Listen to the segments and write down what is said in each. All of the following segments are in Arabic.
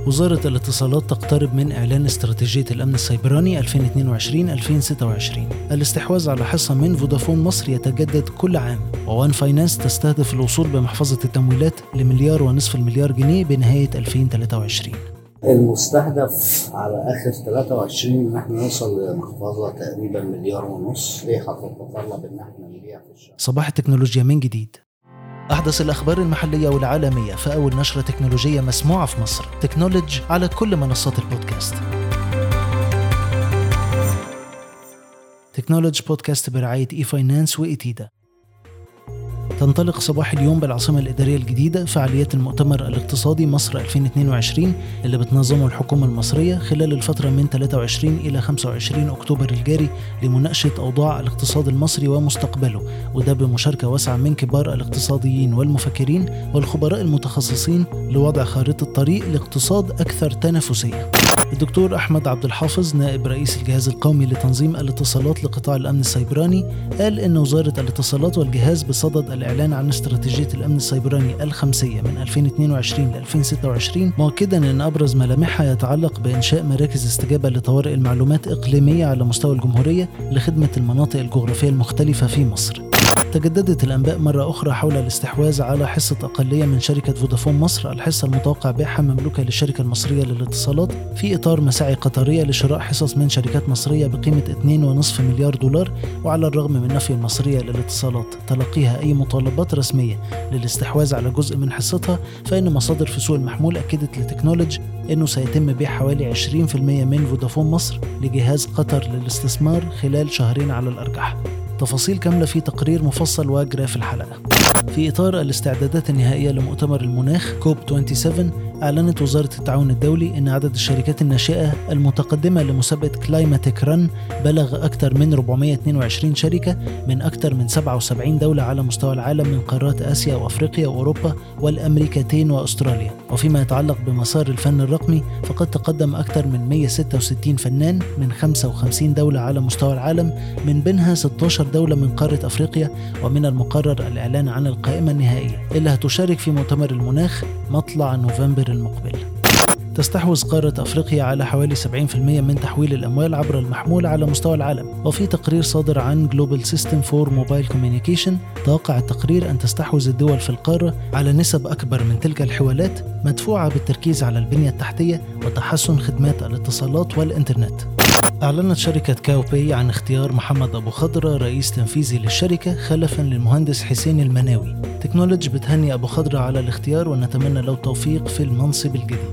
وزارة الاتصالات تقترب من إعلان استراتيجية الأمن السيبراني 2022-2026. الاستحواذ على حصة من فودافون مصر يتجدد كل عام، ووان فاينانس تستهدف الوصول بمحفظة التمويلات ل1.5 مليار جنيه بنهاية 2023. المستهدف على آخر 23 إن احنا نوصل لمحفظة تقريبا 1.5 مليار. دي هتتطلب إن احنا نبيع في الشهر. صباح التكنولوجيا من جديد. أحدث الأخبار المحلية والعالمية في أول نشرة تكنولوجية مسموعة في مصر. تكنولوجي على كل منصات البودكاست. تكنولوجي بودكاست برعاية إي فاينانس وإيتيدا. تنطلق صباح اليوم بالعاصمة الإدارية الجديدة فعاليات المؤتمر الاقتصادي مصر 2022 اللي بتنظمه الحكومة المصرية خلال الفترة من 23 إلى 25 أكتوبر الجاري لمناقشة أوضاع الاقتصاد المصري ومستقبله، وده بمشاركة واسعة من كبار الاقتصاديين والمفكرين والخبراء المتخصصين لوضع خارطة طريق لاقتصاد أكثر تنافسية. الدكتور أحمد عبد الحافظ نائب رئيس الجهاز القومي لتنظيم الاتصالات لقطاع الأمن السيبراني قال إن وزارة الاتصالات والجهاز بصدد الإعلان عن استراتيجية الأمن السيبراني الخمسية من 2022 ل 2026، مؤكدا أن أبرز ملامحها يتعلق بإنشاء مراكز استجابة لطوارئ المعلومات إقليمية على مستوى الجمهورية لخدمة المناطق الجغرافية المختلفة في مصر. تجددت الأنباء مرة أخرى حول الاستحواذ على حصة أقلية من شركة فودافون مصر، الحصة المتوقع بيعها مملوكة للشركة المصرية للاتصالات في إطار مساعي قطرية لشراء حصص من شركات مصرية بقيمة 2.5 مليار دولار. وعلى الرغم من نفي المصرية للاتصالات تلقيها أي مطالبات رسمية للاستحواذ على جزء من حصتها، فإن مصادر في سوق المحمول أكدت لتكنولوجي أنه سيتم بيع حوالي 20% من فودافون مصر لجهاز قطر للاستثمار خلال شهرين على الأرجح. تفاصيل كاملة في تقرير مفصل وجراف الحلقة. في إطار الاستعدادات النهائية لمؤتمر المناخ كوب 27، أعلنت وزارة التعاون الدولي أن عدد الشركات الناشئة المتقدمة لمسابقة كلايماتيك رن بلغ أكثر من 422 شركة من أكثر من 77 دولة على مستوى العالم من قارات آسيا وأفريقيا وأوروبا والأمريكتين وأستراليا. وفيما يتعلق بمسار الفن الرقمي، فقد تقدم أكثر من 166 فنان من 55 دولة على مستوى العالم، من بينها 16 دولة من قارة أفريقيا. ومن المقرر الإعلان عن القائمة النهائية اللي هتشارك في مؤتمر المناخ مطلع نوفمبر المقبل. تستحوذ قارة أفريقيا على حوالي 70% من تحويل الأموال عبر المحمول على مستوى العالم. وفي تقرير صادر عن Global System for Mobile Communication، توقع التقرير أن تستحوذ الدول في القارة على نسب أكبر من تلك الحوالات، مدفوعة بالتركيز على البنية التحتية وتحسن خدمات الاتصالات والإنترنت. أعلنت شركة كاوبي عن اختيار محمد أبو خضرة رئيس تنفيذي للشركة خلفاً للمهندس حسين المناوي. تكنولوجي بتهني أبو خضرة على الاختيار ونتمنى له التوفيق في المنصب الجديد.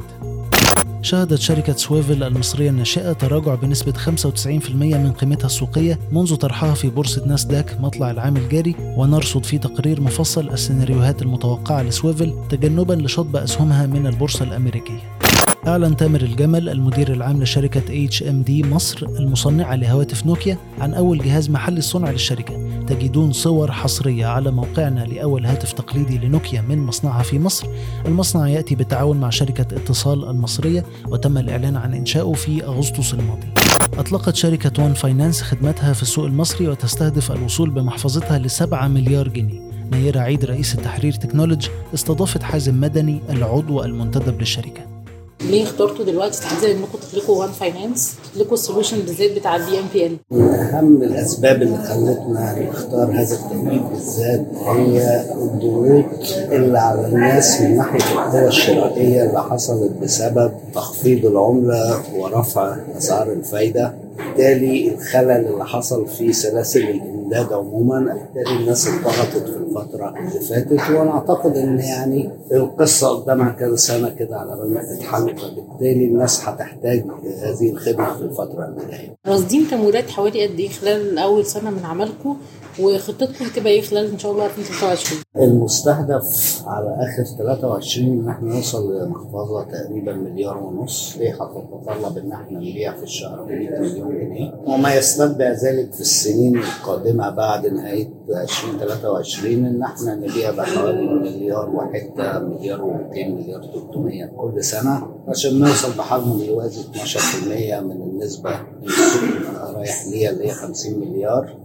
شهدت شركة سويفل المصرية الناشئة تراجع بنسبة 95% من قيمتها السوقية منذ طرحها في بورصة ناسداك مطلع العام الجاري، ونرصد في تقرير مفصل السيناريوهات المتوقعة لسويفل تجنباً لشطب أسهمها من البورصة الأمريكية. أعلن تامر الجمل المدير العام لشركة HMD مصر المصنعة لهواتف نوكيا عن أول جهاز محلي الصنع للشركة. تجدون صور حصرية على موقعنا لأول هاتف تقليدي لنوكيا من مصنعها في مصر. المصنع يأتي بالتعاون مع شركة اتصال المصرية، وتم الإعلان عن إنشاؤه في أغسطس الماضي. أطلقت شركة وان فاينانس خدمتها في السوق المصري وتستهدف الوصول بمحفظتها ل7 مليار جنيه. نيرة عيد رئيس التحرير تكنولوجي استضافت حازم مدني العضو المنتدب للشركة. ليه اخترتوا دلوقتي تحديدا انكم تطلقوا وان فاينانس، تطلقوا السوليوشن بالذات بتاع الدي ام بي ال؟ من اهم الاسباب اللي خلتنا نختار هذا التطبيق بالذات هي الضغوط اللي على الناس من ناحيه القوى الشرائيه اللي حصلت بسبب تخفيض العمله ورفع اسعار الفايده. بالتالي الخلل اللي حصل في سلاسل الامداد عموما، بالتالي الناس اتضغطت في الفتره اللي فاتت، وانا اعتقد ان يعني القصه قدامها كذا سنه كده على بال ما تتحل، فبالتالي الناس هتحتاج هذه الخدمه في الفتره اللي جايه. راصدين تمويلات حوالي قد ايه خلال اول سنه من عملكم، وخطتكم تبقى ايه خلال ان شاء الله 2023؟ المستهدف على اخر 23 ان احنا نوصل لمحفظه تقريبا 1.5 مليار. دي هتتطلب ان احنا نبيع في الشهر 100 مليون جنيه، وما يستتبع ذلك في السنين القادمه بعد نهايه 2023 ان احنا نبيع بحوالي مليار وحته، مليار و200، مليار 300 كل سنه، عشان نوصل بحجم يوازي 12% من النسبه اللي رايح ليها اللي هي 50 مليار.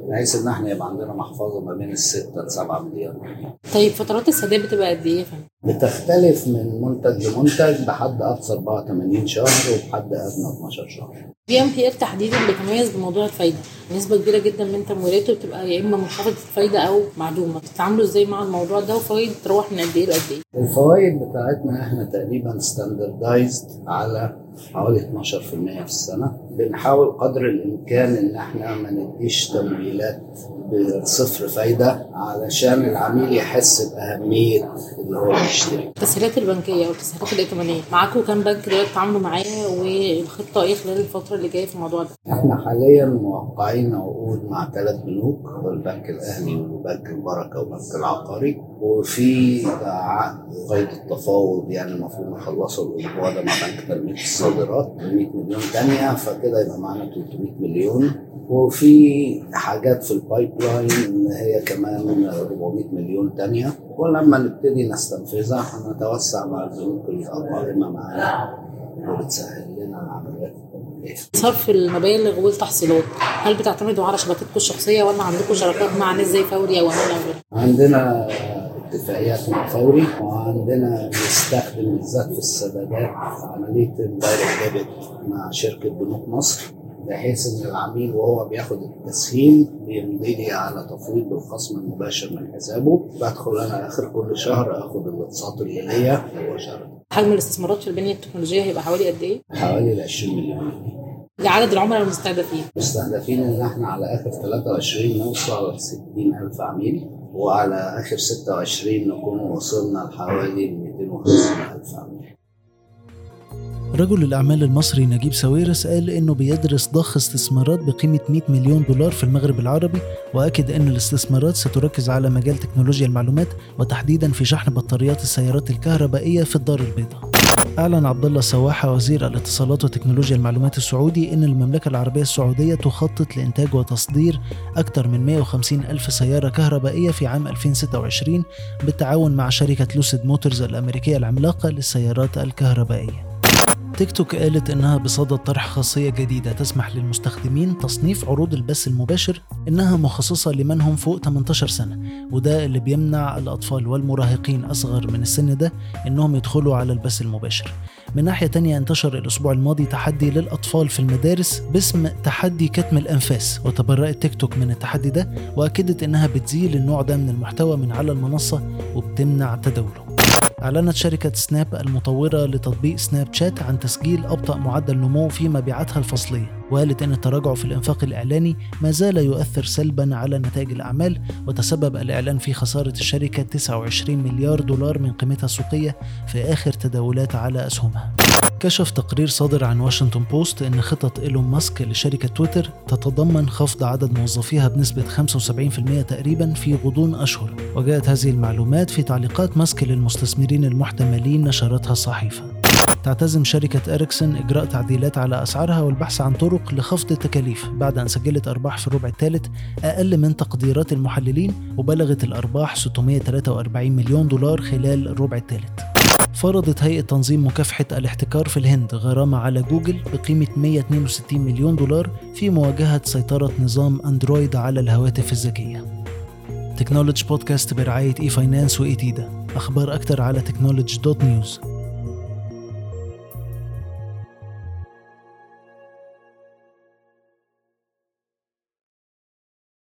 بحيث ان احنا يبقى عندنا محفظه ما بين 6 ل 7 مليار. طيب فترات السداد بتبقى قد ايه يا فندم؟ بتختلف من منتج لمنتج، بحد اقصى 84 شهر وبحد ادنى 12 شهر. BNPL تحديدا بيتميز بموضوع الفايده، نسبه كبيره جدا من تمويلاته بتبقى يا اما منخفضه الفايده او معدومه، بتتعاملوا ازاي مع الموضوع ده وفايد تروح من قد ايه لقد ايه؟ الفوائد بتاعتنا احنا تقريبا ستاندردايزد على حوالي 12% في السنه. بنحاول قدر الامكان ان احنا ما نديش تمويلات بصفر فايده علشان العميل يحس باهميه اللي هو بيشتري. التسهيلات البنكيه والتسهيلات الائتمانيه معاكم كام بنك دلوقتي بتتعاملوا معاه، والخطه ايه خلال الفتره اللي جايه في الموضوع ده؟ احنا حاليا موقعين عقود مع 3 بنوك، البنك الاهلي وبنك البركه وبنك العقاري، وفي عقد قيد التفاوض يعني المفروض نخلصه الاسبوع ده مع بنك تنميه الصادرات 100 مليون تانية، فكده يبقى معانا 300 مليون. وفي حاجات في البايب لاين هي كمان 400 مليون تانية، ولما نبتدي نستنفذها هنتوسع مع البنوك القائمة معانا وبتسهل لنا العمليات التمويلية. صرف المبالغ والتحصيلات هل بتعتمدوا على شبكتكم الشخصية ولا عندكم شراكات مع ناس زي فوري أو أمانة؟ عندنا اتفاقيات مع فوري، وعندنا بنستخدم بالذات في السدادات عملية الدايركت ديبت مع شركة بنوك مصر، بحيث ان العميل وهو بياخد التسهيل بيمضي لي على تفويض بالخصم المباشر من حسابه، بدخل انا اخر كل شهر اخد الاقساط اللي ليا مباشره. حجم الاستثمارات في البنيه التكنولوجيه هيبقى حوالي قد ايه؟ حوالي 20 مليون جنيه. عدد العملاء المستهدفين؟ مستهدفين ان احنا على اخر 23 نوصل ل 60,000 عميل، وعلى اخر 26 نكون وصلنا لحوالي 250,000 عميل. رجل الأعمال المصري نجيب ساويرس قال إنه بيدرس ضخ استثمارات بقيمة 100 مليون دولار في المغرب العربي، وأكد إن الاستثمارات ستركز على مجال تكنولوجيا المعلومات وتحديدا في شحن بطاريات السيارات الكهربائية في الدار البيضاء. أعلن عبد الله السواحة وزير الاتصالات وتكنولوجيا المعلومات السعودي إن المملكة العربية السعودية تخطط لإنتاج وتصدير أكثر من 150,000 سيارة كهربائية في عام 2026 بالتعاون مع شركة لوسيد موتورز الأمريكية العملاقة للسيارات الكهربائية. تيك توك قالت إنها بصدد طرح خاصية جديدة تسمح للمستخدمين تصنيف عروض البث المباشر إنها مخصصة لمن هم فوق 18 سنة، وده اللي بيمنع الأطفال والمراهقين أصغر من السن ده إنهم يدخلوا على البث المباشر. من ناحية تانية انتشر الأسبوع الماضي تحدي للأطفال في المدارس باسم تحدي كتم الأنفاس، وتبرأت تيك توك من التحدي ده وأكدت إنها بتزيل النوع ده من المحتوى من على المنصة وبتمنع تداوله. أعلنت شركة سناب المطورة لتطبيق سناب شات عن تسجيل أبطأ معدل نمو في مبيعاتها الفصلية، وقالت أن التراجع في الإنفاق الإعلاني ما زال يؤثر سلبا على نتائج الأعمال، وتسبب الإعلان في خسارة الشركة 29 مليار دولار من قيمتها السوقية في آخر تداولات على أسهمها. كشف تقرير صادر عن واشنطن بوست أن خطط إيلون ماسك لشركة تويتر تتضمن خفض عدد موظفيها بنسبة 75% تقريبا في غضون أشهر، وجاءت هذه المعلومات في تعليقات ماسك للمستثمرين المحتملين نشرتها الصحيفة. تعتزم شركة إريكسون إجراء تعديلات على أسعارها والبحث عن طرق لخفض التكاليف بعد أن سجلت أرباح في الربع الثالث أقل من تقديرات المحللين، وبلغت الأرباح 643 مليون دولار خلال الربع الثالث. فرضت هيئة تنظيم مكافحة الاحتكار في الهند غرامة على جوجل بقيمة 162 مليون دولار في مواجهة سيطرة نظام أندرويد على الهواتف الذكية. تكنولوجي بودكاست برعاية إي فاينانس وإيتيدا. أخبار أكتر على technology.news.